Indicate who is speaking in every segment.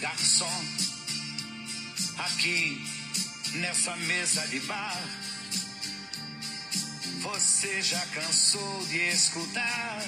Speaker 1: Garçom, aqui nessa mesa de bar, você já cansou de escutar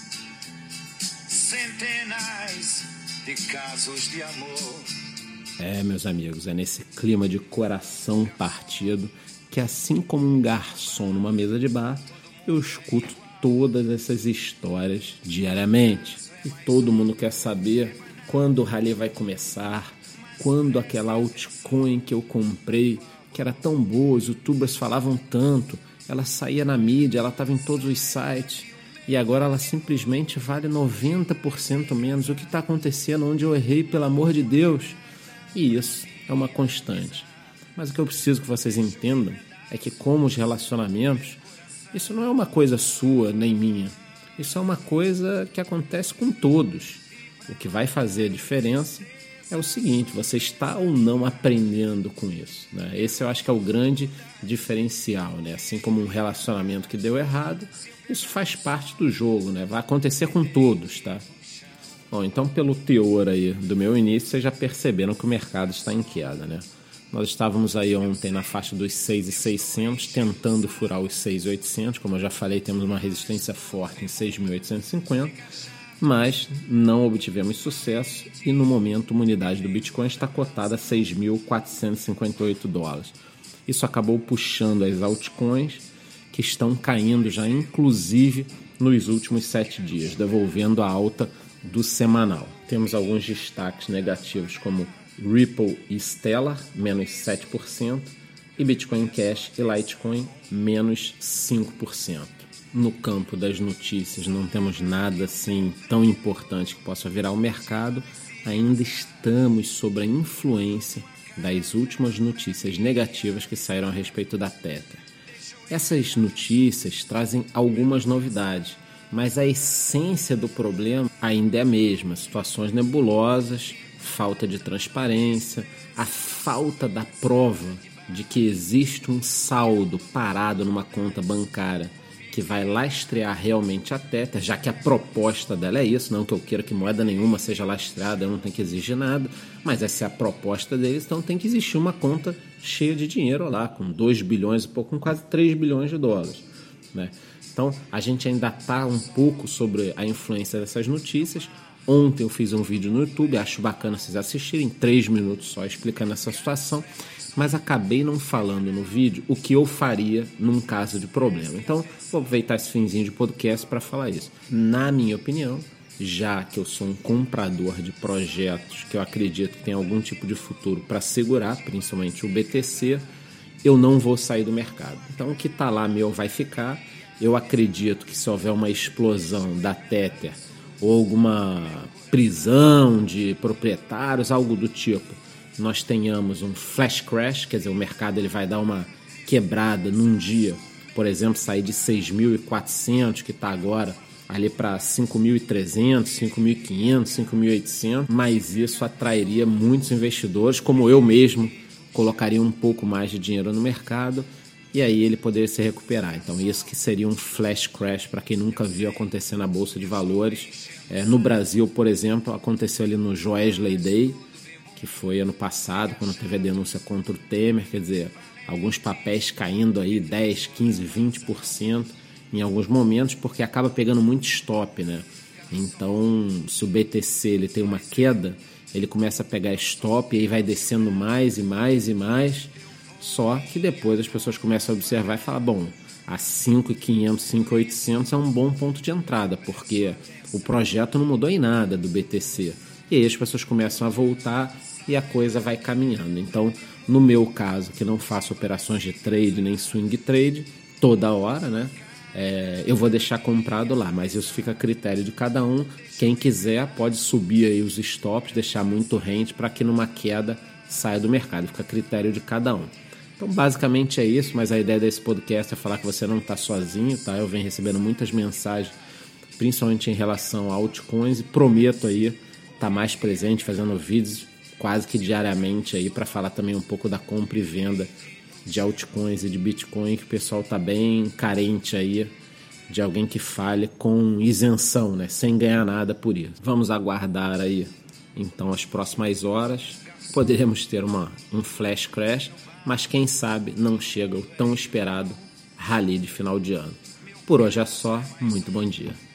Speaker 1: centenas de casos de amor.
Speaker 2: Meus amigos, é nesse clima de coração partido que, assim como um garçom numa mesa de bar, eu escuto todas essas histórias diariamente. E todo mundo quer saber quando o rally vai começar, quando aquela altcoin que eu comprei, que era tão boa, os youtubers falavam tanto, ela saía na mídia, ela estava em todos os sites, e agora ela simplesmente vale 90% menos. O que está acontecendo? Onde eu errei, pelo amor de Deus? E isso é uma constante. Mas o que eu preciso que vocês entendam é que, como os relacionamentos, isso não é uma coisa sua nem minha. Isso é uma coisa que acontece com todos. O que vai fazer a diferença é o seguinte: você está ou não aprendendo com isso, né? Esse eu acho que é o grande diferencial, né? Assim como um relacionamento que deu errado, isso faz parte do jogo, né? Vai acontecer com todos, tá? Bom, então, pelo teor aí do meu início, vocês já perceberam que o mercado está em queda, né? Nós estávamos aí ontem na faixa dos 6.600, tentando furar os 6.800. Como eu já falei, temos uma resistência forte em 6.850, mas não obtivemos sucesso e no momento uma unidade do Bitcoin está cotada a 6.458 dólares. Isso acabou puxando as altcoins, que estão caindo já inclusive nos últimos 7 dias, devolvendo a alta do semanal. Temos alguns destaques negativos como Ripple e Stellar, menos 7%, e Bitcoin Cash e Litecoin, menos 5%. No campo das notícias não temos nada assim tão importante que possa virar o mercado. Ainda estamos sob a influência das últimas notícias negativas que saíram a respeito da Tether. Essas notícias trazem algumas novidades, mas a essência do problema ainda é a mesma: situações nebulosas, falta de transparência, a falta da prova de que existe um saldo parado numa conta bancária que vai lastrear realmente a Tether, já que a proposta dela é isso. Não que eu queira que moeda nenhuma seja lastreada, eu não tenho que exigir nada, mas essa é a proposta deles, então tem que existir uma conta cheia de dinheiro lá, com 2 bilhões e pouco, com quase 3 bilhões de dólares, né? Então, a gente ainda está um pouco sobre a influência dessas notícias. Ontem eu fiz um vídeo no YouTube, acho bacana vocês assistirem, 3 minutos só explicando essa situação, mas acabei não falando no vídeo o que eu faria num caso de problema. Então, vou aproveitar esse finzinho de podcast para falar isso. Na minha opinião, já que eu sou um comprador de projetos que eu acredito que tem algum tipo de futuro para segurar, principalmente o BTC, eu não vou sair do mercado. Então, o que está lá meu vai ficar. Eu acredito que se houver uma explosão da Tether ou alguma prisão de proprietários, algo do tipo, nós tenhamos um flash crash, quer dizer, o mercado ele vai dar uma quebrada num dia, por exemplo, sair de 6.400, que está agora, ali para 5.300, 5.500, 5.800, mas isso atrairia muitos investidores, como eu mesmo colocaria um pouco mais de dinheiro no mercado, e aí ele poderia se recuperar. Então isso que seria um flash crash para quem nunca viu acontecer na Bolsa de Valores. No Brasil, por exemplo, aconteceu ali no Joesley Day, que foi ano passado, quando teve a denúncia contra o Temer, quer dizer, alguns papéis caindo aí 10, 15, 20% em alguns momentos, porque acaba pegando muito stop, né? Então, se o BTC ele tem uma queda, ele começa a pegar stop e aí vai descendo mais e mais e mais. Só que depois as pessoas começam a observar e falar, bom, a 5.500, 5.800 é um bom ponto de entrada, porque o projeto não mudou em nada do BTC. E aí as pessoas começam a voltar e a coisa vai caminhando. Então, no meu caso, que não faço operações de trade nem swing trade, toda hora, né? Eu vou deixar comprado lá, mas isso fica a critério de cada um. Quem quiser pode subir aí os stops, deixar muito rente para que numa queda saia do mercado. Fica a critério de cada um. Então, basicamente é isso, mas a ideia desse podcast é falar que você não está sozinho, tá? Eu venho recebendo muitas mensagens, principalmente em relação a altcoins, e prometo aí estar mais presente, fazendo vídeos quase que diariamente aí para falar também um pouco da compra e venda de altcoins e de Bitcoin, que o pessoal está bem carente aí de alguém que fale com isenção, né? Sem ganhar nada por isso. Vamos aguardar aí Então, as próximas horas, poderemos ter um flash crash, mas quem sabe não chega o tão esperado rally de final de ano. Por hoje é só, muito bom dia.